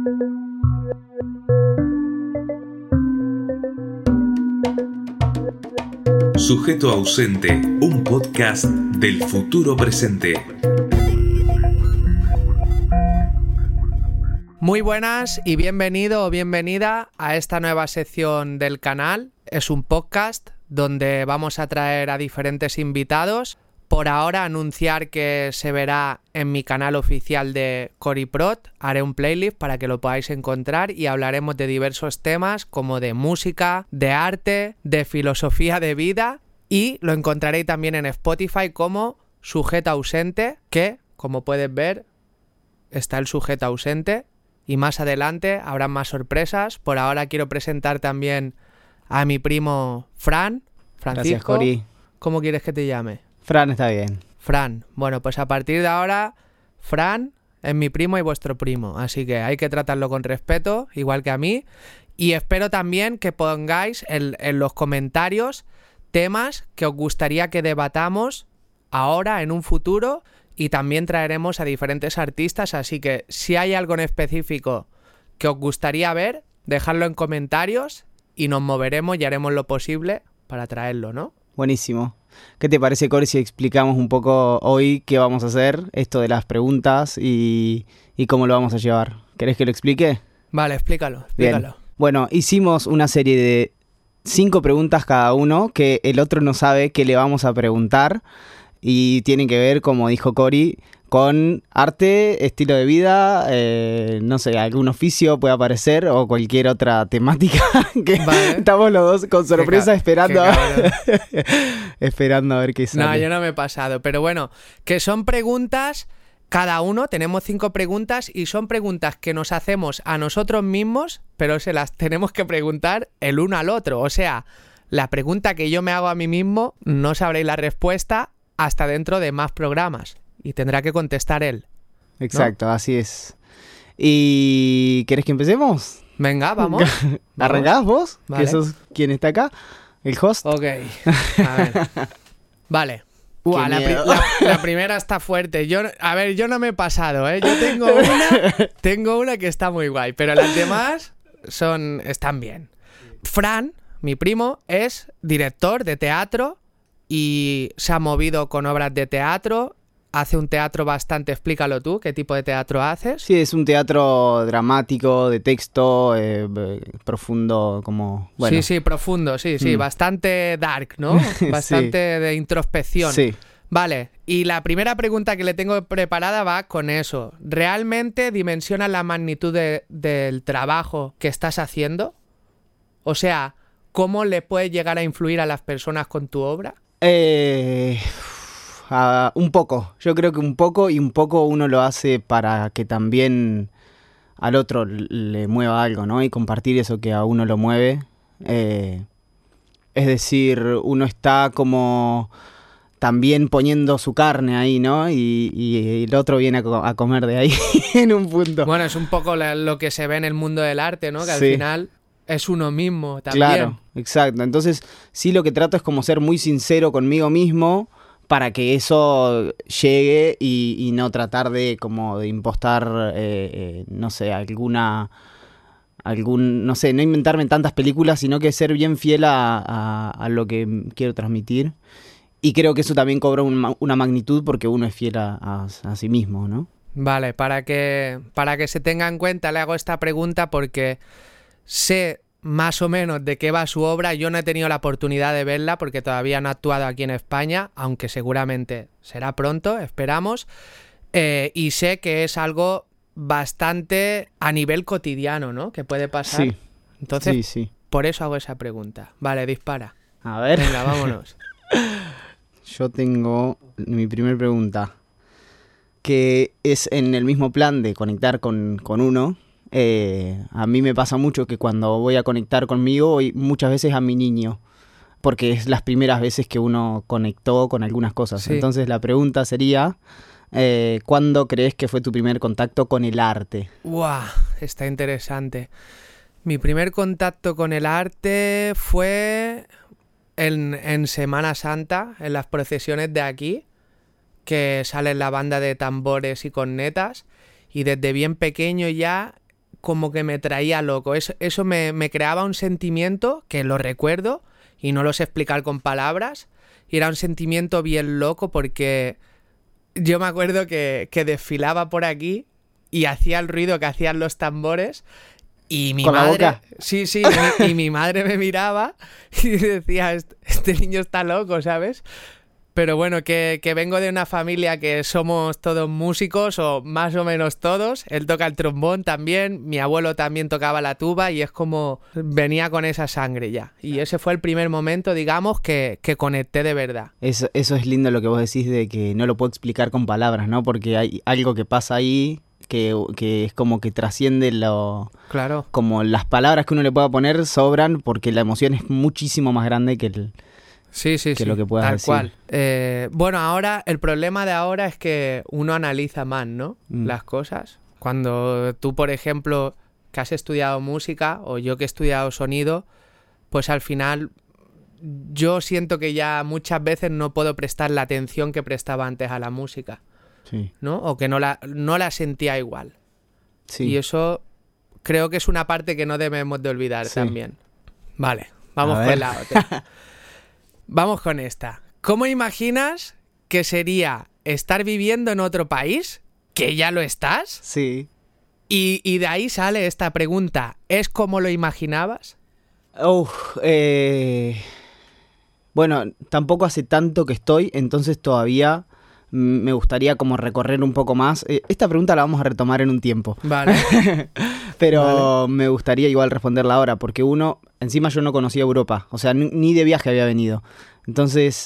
Sujeto ausente, un podcast del futuro presente. Muy buenas y bienvenido o bienvenida a esta nueva sección del canal. Es un podcast donde vamos a traer a diferentes invitados. Por ahora anunciar que se verá en mi canal oficial de CoriProd. Haré un playlist para que lo podáis encontrar y hablaremos de diversos temas como de música, de arte, de filosofía de vida, y lo encontraréis también en Spotify como Sujeto Ausente, que como puedes ver está el sujeto ausente y más adelante habrá más sorpresas. Por ahora quiero presentar también a mi primo Francisco. Gracias, Cori. ¿Cómo quieres que te llame? Fran está bien. Fran. Bueno, pues a partir de ahora, Fran es mi primo y vuestro primo. Así que hay que tratarlo con respeto, igual que a mí. Y espero también que pongáis en los comentarios temas que os gustaría que debatamos ahora, en un futuro. Y también traeremos a diferentes artistas. Así que si hay algo en específico que os gustaría ver, dejadlo en comentarios y nos moveremos y haremos lo posible para traerlo, ¿no? Buenísimo. ¿Qué te parece, Cori, si explicamos un poco hoy qué vamos a hacer, esto de las preguntas y cómo lo vamos a llevar? ¿Querés que lo explique? Vale, explícalo. Bien. Bueno, hicimos una serie de 5 preguntas cada uno que el otro no sabe qué le vamos a preguntar y tienen que ver, como dijo Cori, con arte, estilo de vida, no sé, algún oficio puede aparecer o cualquier otra temática que vale. Estamos los dos con sorpresa esperando a ver qué sale. No, yo no me he pasado, pero bueno, que son preguntas, cada uno tenemos 5 preguntas y son preguntas que nos hacemos a nosotros mismos, pero se las tenemos que preguntar el uno al otro. O sea, la pregunta que yo me hago a mí mismo no sabréis la respuesta hasta dentro de más programas. Y tendrá que contestar él. Exacto, ¿no? Así es. ¿Y querés que empecemos? Venga, vamos. ¿Arrancás vos? Vale. Que sos quien está acá, el host. Ok, a ver. Vale. La primera está fuerte. Yo no me he pasado, ¿eh? Yo tengo una que está muy guay, pero las demás están bien. Fran, mi primo, es director de teatro y se ha movido con obras de teatro. Hace un teatro bastante... Explícalo tú, ¿qué tipo de teatro haces? Sí, es un teatro dramático, de texto, profundo, como... Bueno. Sí, profundo, sí, bastante dark, ¿no? Bastante de introspección. Sí. Vale, y la primera pregunta que le tengo preparada va con eso. ¿Realmente dimensionas la magnitud del trabajo que estás haciendo? O sea, ¿cómo le puedes llegar a influir a las personas con tu obra? Un poco, yo creo que un poco uno lo hace para que también al otro le mueva algo, ¿no? Y compartir eso que a uno lo mueve. Es decir, uno está como también poniendo su carne ahí, ¿no? Y el otro viene a comer de ahí en un punto. Bueno, es un poco lo que se ve en el mundo del arte, ¿no? Que al final es uno mismo también. Claro, exacto. Entonces, sí, lo que trato es como ser muy sincero conmigo mismo para que eso llegue y no tratar de como de impostar, no sé, no sé, no inventarme tantas películas, sino que ser bien fiel a lo que quiero transmitir. Y creo que eso también cobra una magnitud porque uno es fiel a sí mismo, ¿no? Vale, para que se tenga en cuenta le hago esta pregunta porque sé más o menos de qué va su obra. Yo no he tenido la oportunidad de verla porque todavía no ha actuado aquí en España, aunque seguramente será pronto, esperamos. Y sé que es algo bastante a nivel cotidiano, ¿no? Que puede pasar. Sí. Entonces, sí. Por eso hago esa pregunta. Vale, dispara. A ver. Venga, vámonos. Yo tengo mi primer pregunta, que es en el mismo plan de conectar con uno. A mí me pasa mucho que cuando voy a conectar conmigo, voy muchas veces a mi niño, porque es las primeras veces que uno conectó con algunas cosas. Sí. Entonces la pregunta sería, ¿cuándo crees que fue tu primer contacto con el arte? ¡Guau! Está interesante. Mi primer contacto con el arte fue en Semana Santa, en las procesiones de aquí, que sale la banda de tambores y cornetas, y desde bien pequeño ya como que me traía loco. Eso me creaba un sentimiento que lo recuerdo y no lo sé explicar con palabras. Y era un sentimiento bien loco porque yo me acuerdo que desfilaba por aquí y hacía el ruido que hacían los tambores. Y mi ¿Con madre, la boca? sí, y mi madre me miraba y decía, este niño está loco, ¿sabes? Pero bueno, que vengo de una familia que somos todos músicos, o más o menos todos. Él toca el trombón también, mi abuelo también tocaba la tuba y es como venía con esa sangre ya. Y ese fue el primer momento, digamos, que conecté de verdad. Eso es lindo lo que vos decís de que no lo puedo explicar con palabras, ¿no? Porque hay algo que pasa ahí que es como que trasciende Claro. como las palabras que uno le pueda poner sobran porque la emoción es muchísimo más grande que Sí, lo que puedas tal decir. Cual. Bueno, ahora, el problema de ahora es que uno analiza más, ¿no? Las cosas. Cuando tú, por ejemplo, que has estudiado música, o yo que he estudiado sonido, pues al final yo siento que ya muchas veces no puedo prestar la atención que prestaba antes a la música, Sí. ¿no? O que no la sentía igual. Sí. Y eso creo que es una parte que no debemos de olvidar también. Vale, vamos A con ver. la otra. Vamos con esta. ¿Cómo imaginas que sería estar viviendo en otro país? ¿Que ya lo estás? Sí. Y de ahí sale esta pregunta. ¿Es como lo imaginabas? Bueno, tampoco hace tanto que estoy, entonces todavía me gustaría como recorrer un poco más. Esta pregunta la vamos a retomar en un tiempo. Vale. Pero me gustaría igual responderla ahora, porque encima yo no conocía Europa, o sea, ni de viaje había venido. Entonces,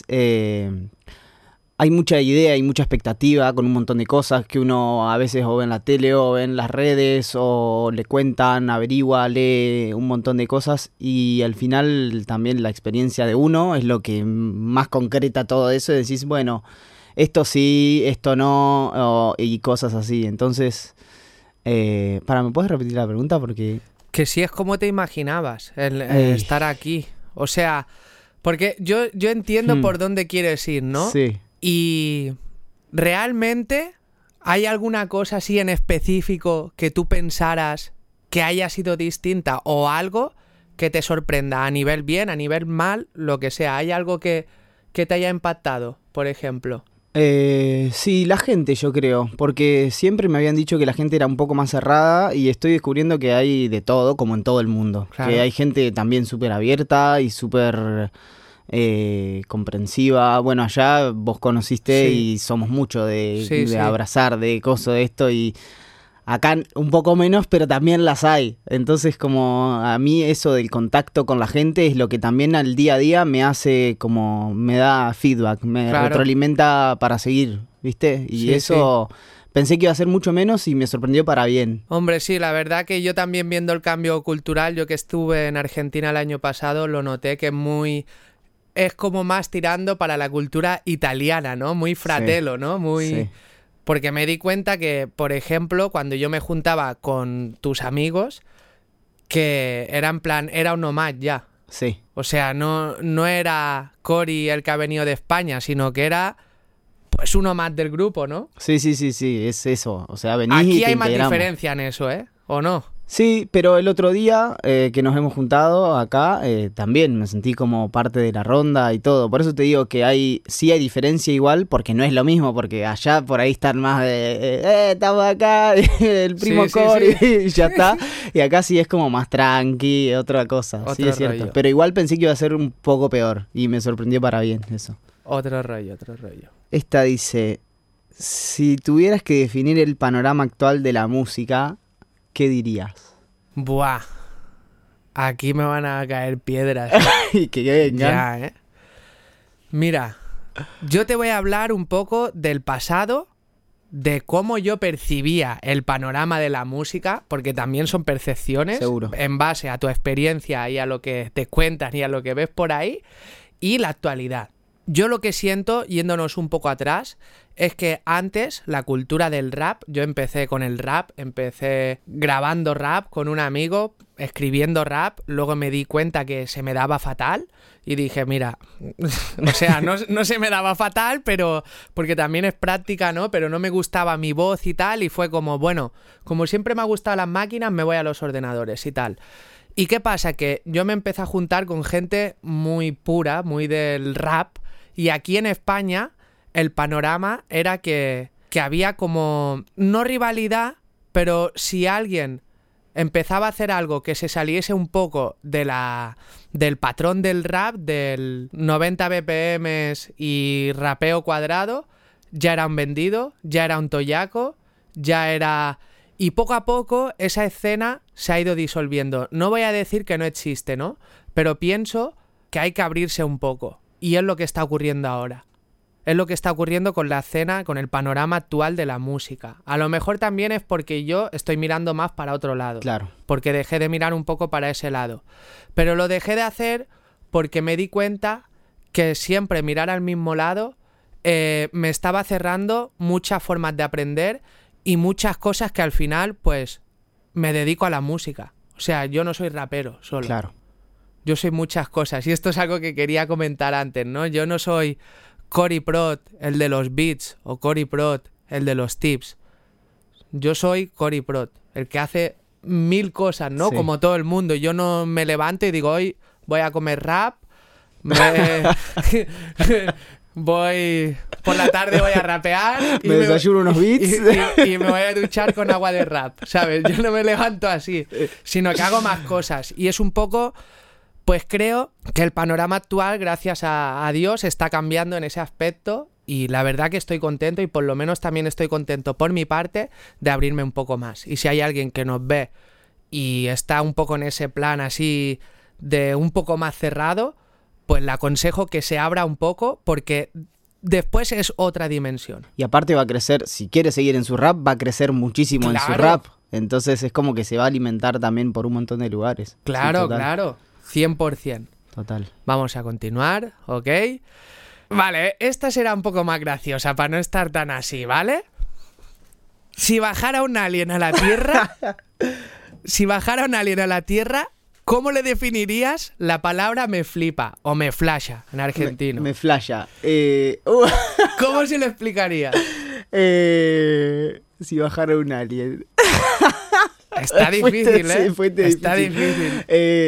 hay mucha idea y mucha expectativa con un montón de cosas que uno a veces o ve en la tele o ve en las redes o le cuentan, averigua, lee un montón de cosas y al final también la experiencia de uno es lo que más concreta todo eso y decís, bueno, esto sí, esto no, y cosas así. Entonces, ¿me puedes repetir la pregunta? Porque... Que sí es como te imaginabas el estar aquí. O sea, porque yo entiendo por dónde quieres ir, ¿no? Sí. Y ¿realmente hay alguna cosa así en específico que tú pensaras que haya sido distinta o algo que te sorprenda a nivel bien, a nivel mal, lo que sea? ¿Hay algo que te haya impactado, por ejemplo? Sí, la gente yo creo, porque siempre me habían dicho que la gente era un poco más cerrada y estoy descubriendo que hay de todo, como en todo el mundo. Claro. Que hay gente también súper abierta y súper comprensiva. Bueno, allá vos conociste Sí. y somos mucho de Sí. abrazar, de cosas de esto y acá un poco menos, pero también las hay. Entonces como a mí eso del contacto con la gente es lo que también al día a día me hace como, me da feedback, me Claro. retroalimenta para seguir, ¿viste? Y Sí, eso pensé que iba a ser mucho menos y me sorprendió para bien. Hombre, sí, la verdad que yo también viendo el cambio cultural, yo que estuve en Argentina el año pasado, lo noté que es como más tirando para la cultura italiana, ¿no? Muy fratello, ¿no? Muy... Sí. Porque me di cuenta que, por ejemplo, cuando yo me juntaba con tus amigos, que era en plan, era un nomad ya. Sí. O sea, no era Cory el que ha venido de España, sino que era pues uno más del grupo, ¿no? Sí, es eso. O sea, venís y Aquí te hay más integramos. diferencia en eso, ¿eh? ¿O no? Sí, pero el otro día que nos hemos juntado acá, también me sentí como parte de la ronda y todo. Por eso te digo que sí hay diferencia igual, porque no es lo mismo, porque allá por ahí están más de, estamos acá, el primo Sí, sí, Cory, sí. y ya está. Y acá sí es como más tranqui, otra cosa. Sí, Otro es cierto. rollo. Pero igual pensé que iba a ser un poco peor y me sorprendió para bien eso. Otro rollo, otro rollo. Esta dice, si tuvieras que definir el panorama actual de la música, ¿qué dirías? Buah. Aquí me van a caer piedras. Y que vengan. Ya, ¿eh? Mira, yo te voy a hablar un poco del pasado, de cómo yo percibía el panorama de la música, porque también son percepciones Seguro. en base a tu experiencia y a lo que te cuentan y a lo que ves por ahí, y la actualidad. Yo lo que siento, yéndonos un poco atrás, es que antes la cultura del rap, yo empecé con el rap, empecé grabando rap con un amigo, escribiendo rap, luego me di cuenta que se me daba fatal y dije, mira, o sea, no se me daba fatal, pero porque también es práctica, ¿no? Pero no me gustaba mi voz y tal, y fue como, bueno, como siempre me han gustado las máquinas, me voy a los ordenadores y tal. ¿Y qué pasa? Que yo me empecé a juntar con gente muy pura, muy del rap, y aquí en España el panorama era que había como, no rivalidad, pero si alguien empezaba a hacer algo que se saliese un poco del patrón del rap, del 90 BPM y rapeo cuadrado, ya era un vendido, ya era un toyaco, ya era... Y poco a poco esa escena se ha ido disolviendo. No voy a decir que no existe, ¿no? Pero pienso que hay que abrirse un poco. Y es lo que está ocurriendo ahora. Es lo que está ocurriendo con la escena, con el panorama actual de la música. A lo mejor también es porque yo estoy mirando más para otro lado. Claro. Porque dejé de mirar un poco para ese lado. Pero lo dejé de hacer porque me di cuenta que siempre mirar al mismo lado me estaba cerrando muchas formas de aprender y muchas cosas que al final, pues, me dedico a la música. O sea, yo no soy rapero solo. Claro. Yo soy muchas cosas. Y esto es algo que quería comentar antes, ¿no? Yo no soy Cory Prot, el de los beats, o Cory Prot, el de los tips. Yo soy Cory Prot, el que hace 1000 cosas, ¿no? Sí. Como todo el mundo. Yo no me levanto y digo, hoy voy a comer rap, voy... Por la tarde voy a rapear Me desayuno unos beats y me voy a duchar con agua de rap, ¿sabes? Yo no me levanto así, sino que hago más cosas. Y es un poco... Pues creo que el panorama actual, gracias a Dios, está cambiando en ese aspecto y la verdad que estoy contento y por lo menos también estoy contento por mi parte de abrirme un poco más. Y si hay alguien que nos ve y está un poco en ese plan así de un poco más cerrado, pues le aconsejo que se abra un poco porque después es otra dimensión. Y aparte va a crecer, si quiere seguir en su rap, va a crecer muchísimo en su rap. Entonces es como que se va a alimentar también por un montón de lugares. Claro, Sí, claro. 100%. Total. Vamos a continuar, ¿ok? Vale, esta será un poco más graciosa para no estar tan así, ¿vale? Si bajara un alien a la Tierra, ¿cómo le definirías la palabra me flipa o me flasha en argentino? Me flasha. ¿Cómo se lo explicaría? Si bajara un alien. Está difícil, ¿eh? Está difícil.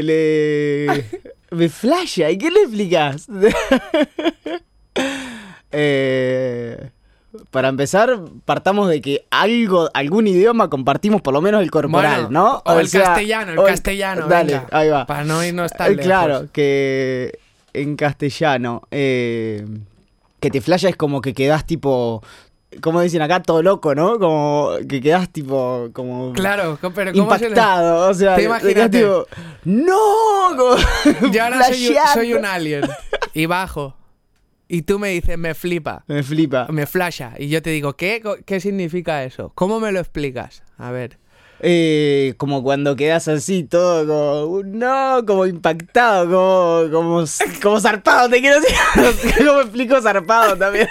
Me flasha. ¿Y qué le explicas? Para empezar, partamos de que algún idioma compartimos, por lo menos el corporal, bueno, ¿no? O el castellano, dale, venga, ahí va. para no irnos tan lejos. Claro, que en castellano, que te flasha es como que quedás tipo... Como dicen acá, todo loco, ¿no? Como que quedás tipo... como claro, pero ¿cómo impactado, o sea... Te imaginas tipo, ¡no! Como yo ahora soy un alien y bajo. Y tú me dices, me flipa. Me flipa. Me flasha. Y yo te digo, ¿qué significa eso? ¿Cómo me lo explicas? A ver. Como cuando quedas así, todo como... No, como impactado, como zarpado, te quiero decir. ¿Cómo explico zarpado también?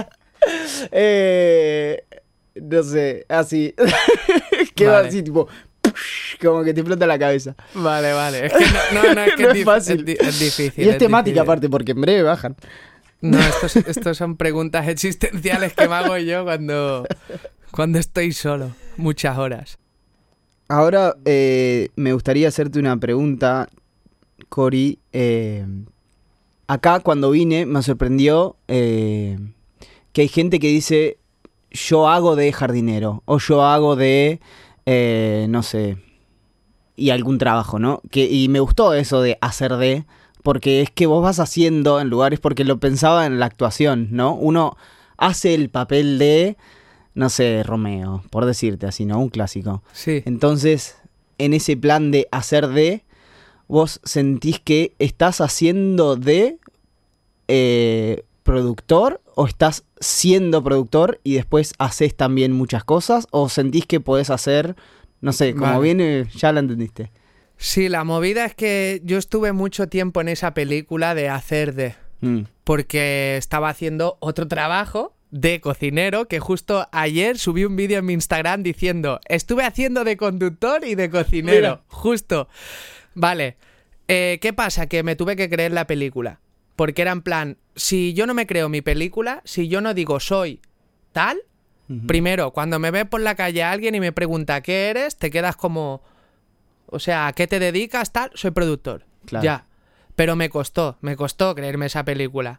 No sé, así. Quedo vale. así, tipo... Como que te explota la cabeza. Vale. Es que no es que No es fácil. Es difícil. Y es temática difícil. aparte, porque en breve bajan. No, estos son preguntas existenciales que me hago yo cuando estoy solo. Muchas horas. Ahora me gustaría hacerte una pregunta, Cory. Acá cuando vine me sorprendió que hay gente que dice yo hago de jardinero o yo hago de, no sé, y algún trabajo, ¿no? Y me gustó eso de hacer de, porque es que vos vas haciendo en lugares, porque lo pensaba en la actuación, ¿no? Uno hace el papel de, no sé, Romeo, por decirte así, ¿no? Un clásico. Sí. Entonces, en ese plan de hacer de, vos sentís que estás haciendo de productor o estás siendo productor y después haces también muchas cosas, o sentís que podés hacer, no sé, como Vale. viene, ya la entendiste. Sí, la movida es que yo estuve mucho tiempo en esa película de hacer de... porque estaba haciendo otro trabajo de cocinero, que justo ayer subí un vídeo en mi Instagram diciendo, estuve haciendo de conductor y de cocinero. Mira. Justo. Vale. ¿Qué pasa? Que me tuve que creer la película. Porque era en plan, si yo no me creo mi película, si yo no digo soy tal, primero, cuando me ve por la calle alguien y me pregunta ¿qué eres? Te quedas como, o sea, ¿a qué te dedicas? Tal, soy productor. Claro. Ya. Pero me costó creerme esa película.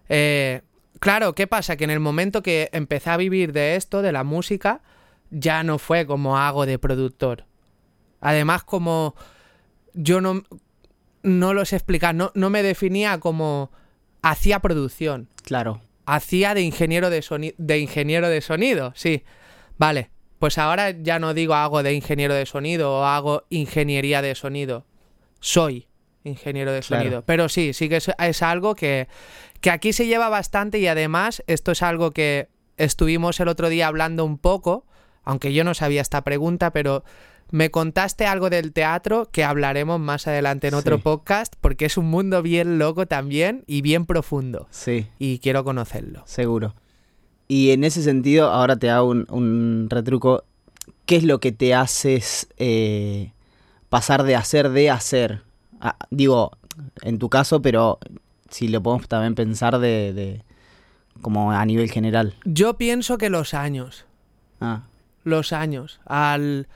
Claro, ¿qué pasa? Que en el momento que empecé a vivir de esto, de la música, ya no fue como hago de productor. Además, como yo no lo sé explicar, no me definía como hacía producción. Claro. Hacía de ingeniero de sonido, sí. Vale, pues ahora ya no digo hago de ingeniero de sonido o hago ingeniería de sonido. Soy ingeniero de sonido. Claro. Pero sí que es algo que aquí se lleva bastante, y además esto es algo que estuvimos el otro día hablando un poco, aunque yo no sabía esta pregunta, pero me contaste algo del teatro que hablaremos más adelante en otro podcast, porque es un mundo bien loco también y bien profundo. Sí. Y quiero conocerlo. Seguro. Y en ese sentido, ahora te hago un retruco. ¿Qué es lo que te haces pasar de hacer? Digo, en tu caso, pero si lo podemos también pensar de como a nivel general. Yo pienso que los años. Los años. Al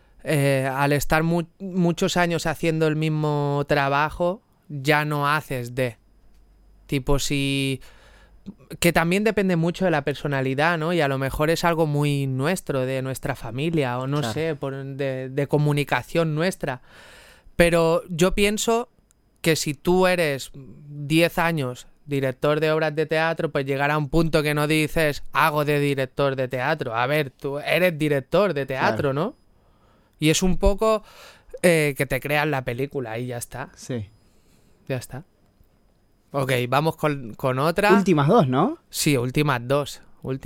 estar muchos años haciendo el mismo trabajo, ya no haces de. Tipo, si... Que también depende mucho de la personalidad, ¿no? Y a lo mejor es algo muy nuestro, de nuestra familia, o no sé, de comunicación nuestra. Pero yo pienso que si tú eres 10 años director de obras de teatro, pues llegará un punto que no dices hago de director de teatro. A ver, tú eres director de teatro, ¿no? Y es un poco que te creas la película y ya está. Sí. Ya está. Ok, vamos con otra. Últimas dos, ¿no? Sí, últimas dos.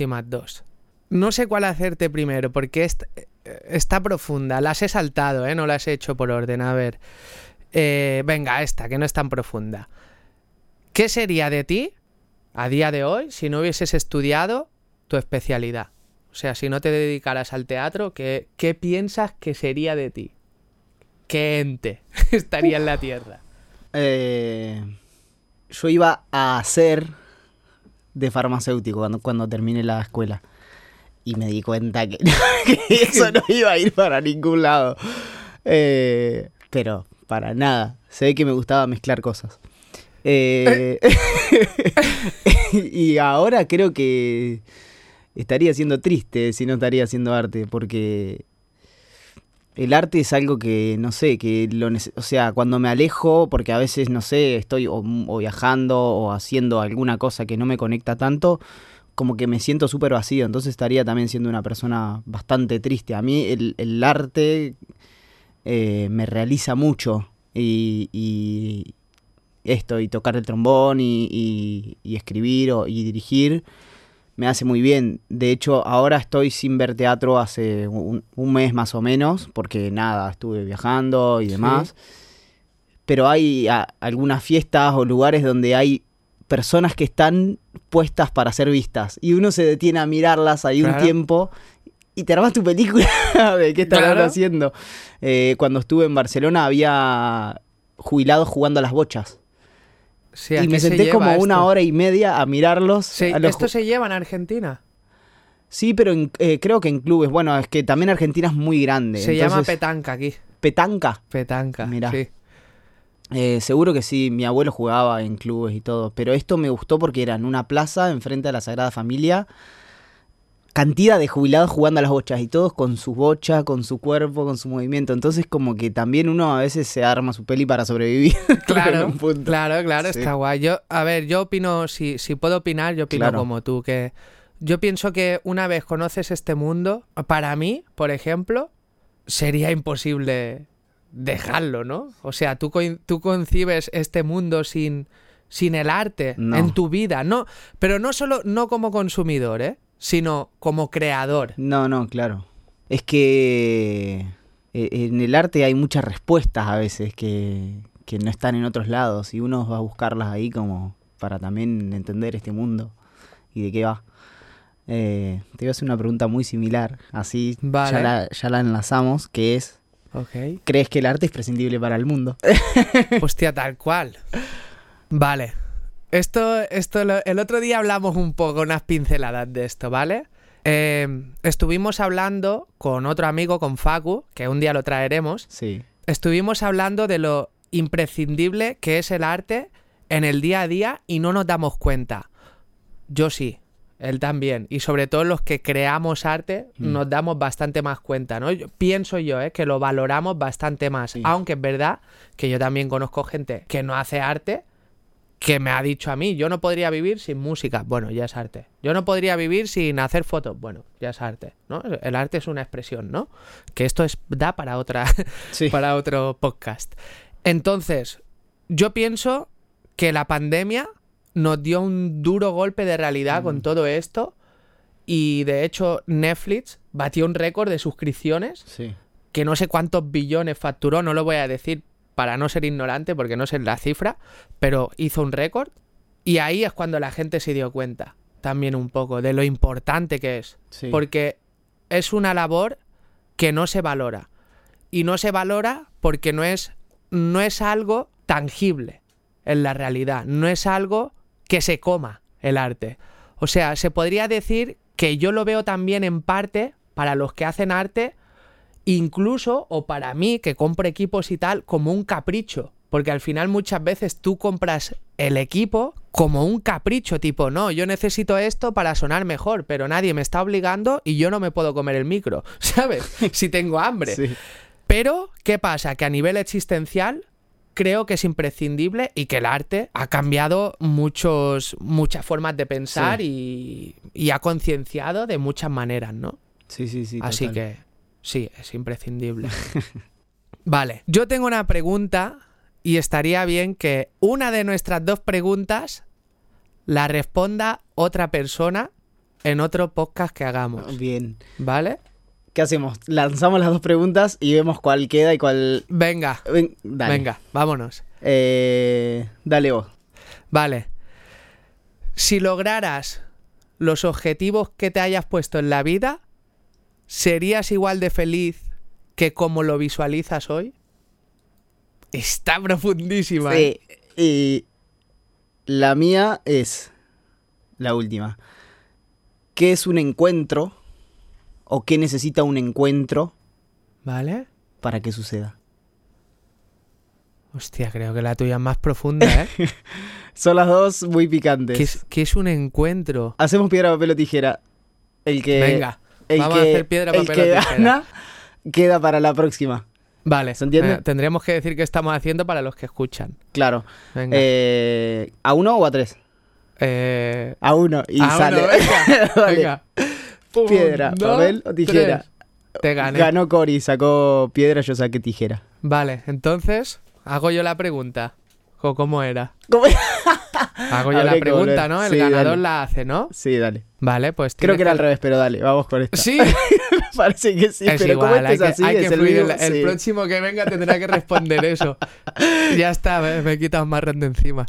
No sé cuál hacerte primero, porque está profunda. Las he saltado, no las he hecho por orden. A ver. Venga, esta, que no es tan profunda. ¿Qué sería de ti, a día de hoy, si no hubieses estudiado tu especialidad? O sea, si no te dedicaras al teatro, ¿qué piensas que sería de ti? ¿Qué ente estaría en la tierra? Yo iba a hacer de farmacéutico cuando terminé la escuela. Y me di cuenta que eso no iba a ir para ningún lado. Pero para nada. Se ve que me gustaba mezclar cosas. Y ahora creo que estaría siendo triste si no estaría haciendo arte, porque el arte es algo que, no sé, o sea, cuando me alejo, porque a veces, no sé, estoy o viajando o haciendo alguna cosa que no me conecta tanto, como que me siento súper vacío, entonces estaría también siendo una persona bastante triste. A mí el arte me realiza mucho, y tocar el trombón y escribir y dirigir me hace muy bien. De hecho, ahora estoy sin ver teatro hace un mes más o menos, porque nada, estuve viajando y demás. Sí. Pero hay algunas fiestas o lugares donde hay personas que están puestas para ser vistas, y uno se detiene a mirarlas ahí un tiempo y te armas tu película de qué están haciendo. Cuando estuve en Barcelona había jubilados jugando a las bochas. Sí, y me senté como una hora y media a mirarlos. ¿Esto se lleva en Argentina? Sí, pero creo que en clubes. Bueno, es que también Argentina es muy grande. Se llama petanca aquí. ¿Petanca? Petanca, mirá. Sí. Seguro que sí, mi abuelo jugaba en clubes y todo. Pero esto me gustó porque era en una plaza enfrente a la Sagrada Familia. Cantidad de jubilados jugando a las bochas, y todos con su bocha, con su cuerpo, con su movimiento. Entonces como que también uno a veces se arma su peli para sobrevivir. Claro, claro, sí. Está guay. Yo opino, si puedo opinar, yo opino como tú, que yo pienso que una vez conoces este mundo, para mí, por ejemplo, sería imposible dejarlo, ¿no? O sea, tú concibes este mundo sin el arte en tu vida, no, pero no como consumidor, sino como creador. No, claro. Es que en el arte hay muchas respuestas a veces que no están en otros lados, y uno va a buscarlas ahí como para también entender este mundo y de qué va. Te voy a hacer una pregunta muy similar, así vale. ya la enlazamos, que es, Ok. ¿crees que el arte es prescindible para el mundo? Hostia, tal cual. Vale. El otro día hablamos un poco, unas pinceladas de esto, ¿vale? Estuvimos hablando con otro amigo, con Facu, que un día lo traeremos. Sí. Estuvimos hablando de lo imprescindible que es el arte en el día a día y no nos damos cuenta. Yo sí, él también. Y sobre todo los que creamos arte nos damos bastante más cuenta, ¿no? Pienso yo, que lo valoramos bastante más. Sí. Aunque es verdad que yo también conozco gente que no hace arte, que me ha dicho a mí, yo no podría vivir sin música. Bueno, ya es arte. Yo no podría vivir sin hacer fotos. Bueno, ya es arte, ¿no? El arte es una expresión, ¿no? Que esto da para Sí. para otro podcast. Entonces, yo pienso que la pandemia nos dio un duro golpe de realidad con todo esto y de hecho Netflix batió un récord de suscripciones Sí. que no sé cuántos billones facturó, no lo voy a decir para no ser ignorante porque no sé la cifra, pero hizo un récord y ahí es cuando la gente se dio cuenta también un poco de lo importante que es, Sí. porque es una labor que no se valora y no se valora porque no es algo tangible en la realidad, no es algo que se coma el arte. O sea, se podría decir que yo lo veo también en parte para los que hacen arte, incluso, o para mí, que compro equipos y tal, como un capricho. Porque al final muchas veces tú compras el equipo como un capricho, tipo, no, yo necesito esto para sonar mejor, pero nadie me está obligando y yo no me puedo comer el micro, ¿sabes? Si tengo hambre. Sí. Pero, ¿qué pasa? Que a nivel existencial creo que es imprescindible y que el arte ha cambiado muchas formas de pensar y ha concienciado de muchas maneras, ¿no? Sí, sí, sí. Así total. que sí, es imprescindible. Vale, yo tengo una pregunta y estaría bien que una de nuestras dos preguntas la responda otra persona en otro podcast que hagamos, Bien. ¿vale? ¿Qué hacemos? Lanzamos las dos preguntas y vemos cuál queda y cuál... Venga, Dale. venga, vámonos. Dale vos. Vale. Si lograras los objetivos que te hayas puesto en la vida, ¿serías igual de feliz que como lo visualizas hoy? Está profundísima. Sí, y la mía es la última. ¿Qué es un encuentro o qué necesita un encuentro ¿Vale? para que suceda? Hostia, creo que la tuya es más profunda, ¿eh? Son las dos muy picantes. ¿Qué es un encuentro? Hacemos piedra, papel o tijera. Venga, el vamos a hacer piedra, el papel que o tijera. gana queda para la próxima. Vale, ¿Se entiende? tendremos que decir qué estamos haciendo para los que escuchan. Claro. Venga. ¿A 1 o a 3? A 1 y sale. Uno, venga, Vale. venga. Pum, Piedra, dos, papel o tijera. 3. Te gané. Ganó Cory, sacó piedra, yo saqué tijera. Vale, entonces, hago yo la pregunta. ¿O cómo era? ¿Cómo? Hago yo Habría la que pregunta, volver. ¿no? El Sí, ganador dale. la hace, ¿no? Sí, dale. Vale, pues Creo que era al tienes revés, pero dale, vamos con esta. Sí, Parece que sí, es pero igual, como este hay es que, así, hay que es el fluir. vivo, El sí. próximo que venga tendrá que responder eso. Ya está, me he quitado un marrón de encima.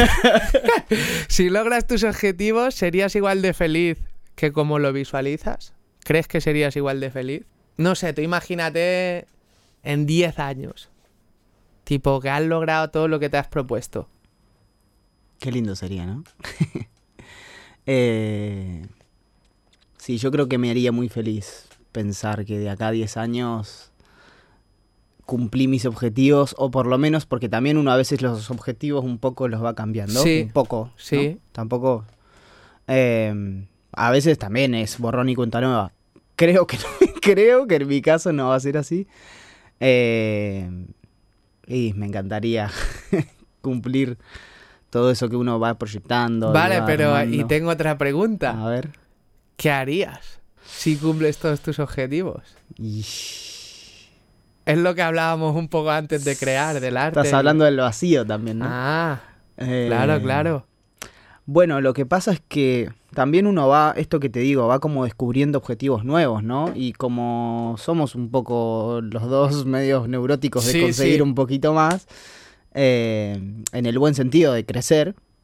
Si logras tus objetivos, ¿serías igual de feliz que como lo visualizas? ¿Crees que serías igual de feliz? No sé, tú imagínate en 10 años. Tipo, que has logrado todo lo que te has propuesto. Qué lindo sería, ¿no? Sí, yo creo que me haría muy feliz pensar que de acá a 10 años cumplí mis objetivos, o por lo menos, porque también uno a veces los objetivos un poco los va cambiando. Sí, un poco, ¿no? sí. Tampoco... a veces también es borrón y cuenta nueva. Creo que en mi caso no va a ser así. Y me encantaría cumplir todo eso que uno va proyectando. Vale, va pero armando. y tengo otra pregunta. A ver. ¿Qué harías si cumples todos tus objetivos? Y... Es lo que hablábamos un poco antes de crear, del arte. Estás hablando del vacío también, ¿no? Ah, claro. Bueno, lo que pasa es que también uno va, esto que te digo, va como descubriendo objetivos nuevos, ¿no? Y como somos un poco los dos medios neuróticos de Sí, conseguir sí. un poquito más, en el buen sentido de crecer,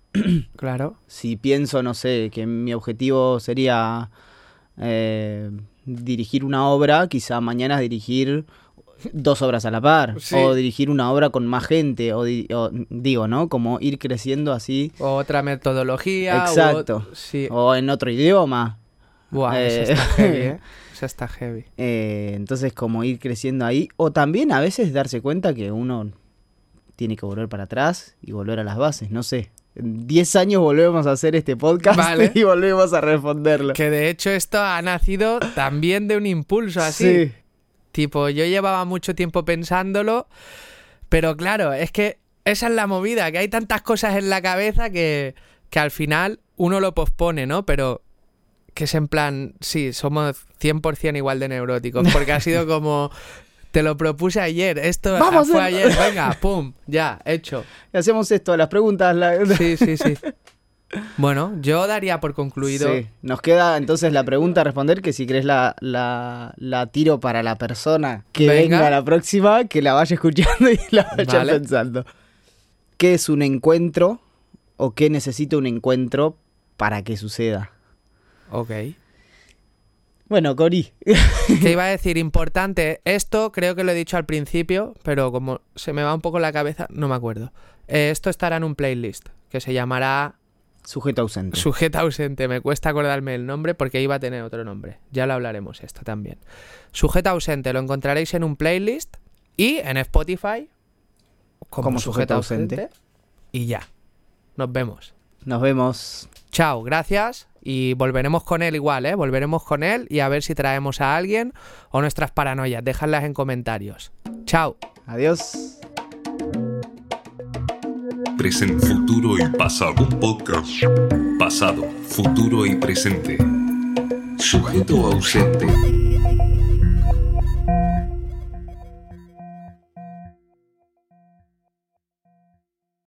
Claro. Si pienso, no sé, que mi objetivo sería dirigir una obra, quizá mañana dirigir 2 obras a la par, Sí. o dirigir una obra con más gente, o digo, ¿no? Como ir creciendo así. O otra metodología. Exacto. Sí. O en otro idioma. Buah, eso está heavy, ¿eh? Eso está heavy. Entonces, como ir creciendo ahí. O también a veces darse cuenta que uno tiene que volver para atrás y volver a las bases, no sé. En 10 años volvemos a hacer este podcast Vale. y volvemos a responderlo. Que de hecho esto ha nacido también de un impulso así. Sí. Tipo, yo llevaba mucho tiempo pensándolo, pero claro, es que esa es la movida, que hay tantas cosas en la cabeza que al final uno lo pospone, ¿no? Pero que es en plan, sí, somos 100% igual de neuróticos, porque ha sido como, te lo propuse ayer, esto Vamos fue a- ayer, venga, pum, ya, hecho. Y hacemos esto, las preguntas. Sí. Bueno, yo daría por concluido. Sí. Nos queda entonces la pregunta a responder, que si querés la tiro para la persona que venga la próxima, que la vaya escuchando y la vaya Vale. pensando. ¿Qué es un encuentro o qué necesita un encuentro para que suceda? Ok. Bueno, Cori. ¿Qué iba a decir? Importante, esto creo que lo he dicho al principio, pero como se me va un poco la cabeza, no me acuerdo. Esto estará en un playlist que se llamará Sujeto ausente. Sujeto ausente. Me cuesta acordarme el nombre porque iba a tener otro nombre. Ya lo hablaremos esto también. Sujeto ausente lo encontraréis en un playlist y en Spotify Como sujeto ausente. Y ya. Nos vemos. Nos vemos. Chao, gracias. Y volveremos con él igual, ¿eh? Volveremos con él y a ver si traemos a alguien o nuestras paranoias. Dejadlas en comentarios. Chao. Adiós. Presente, futuro y pasado. Un podcast. Pasado, futuro y presente. Sujeto ausente.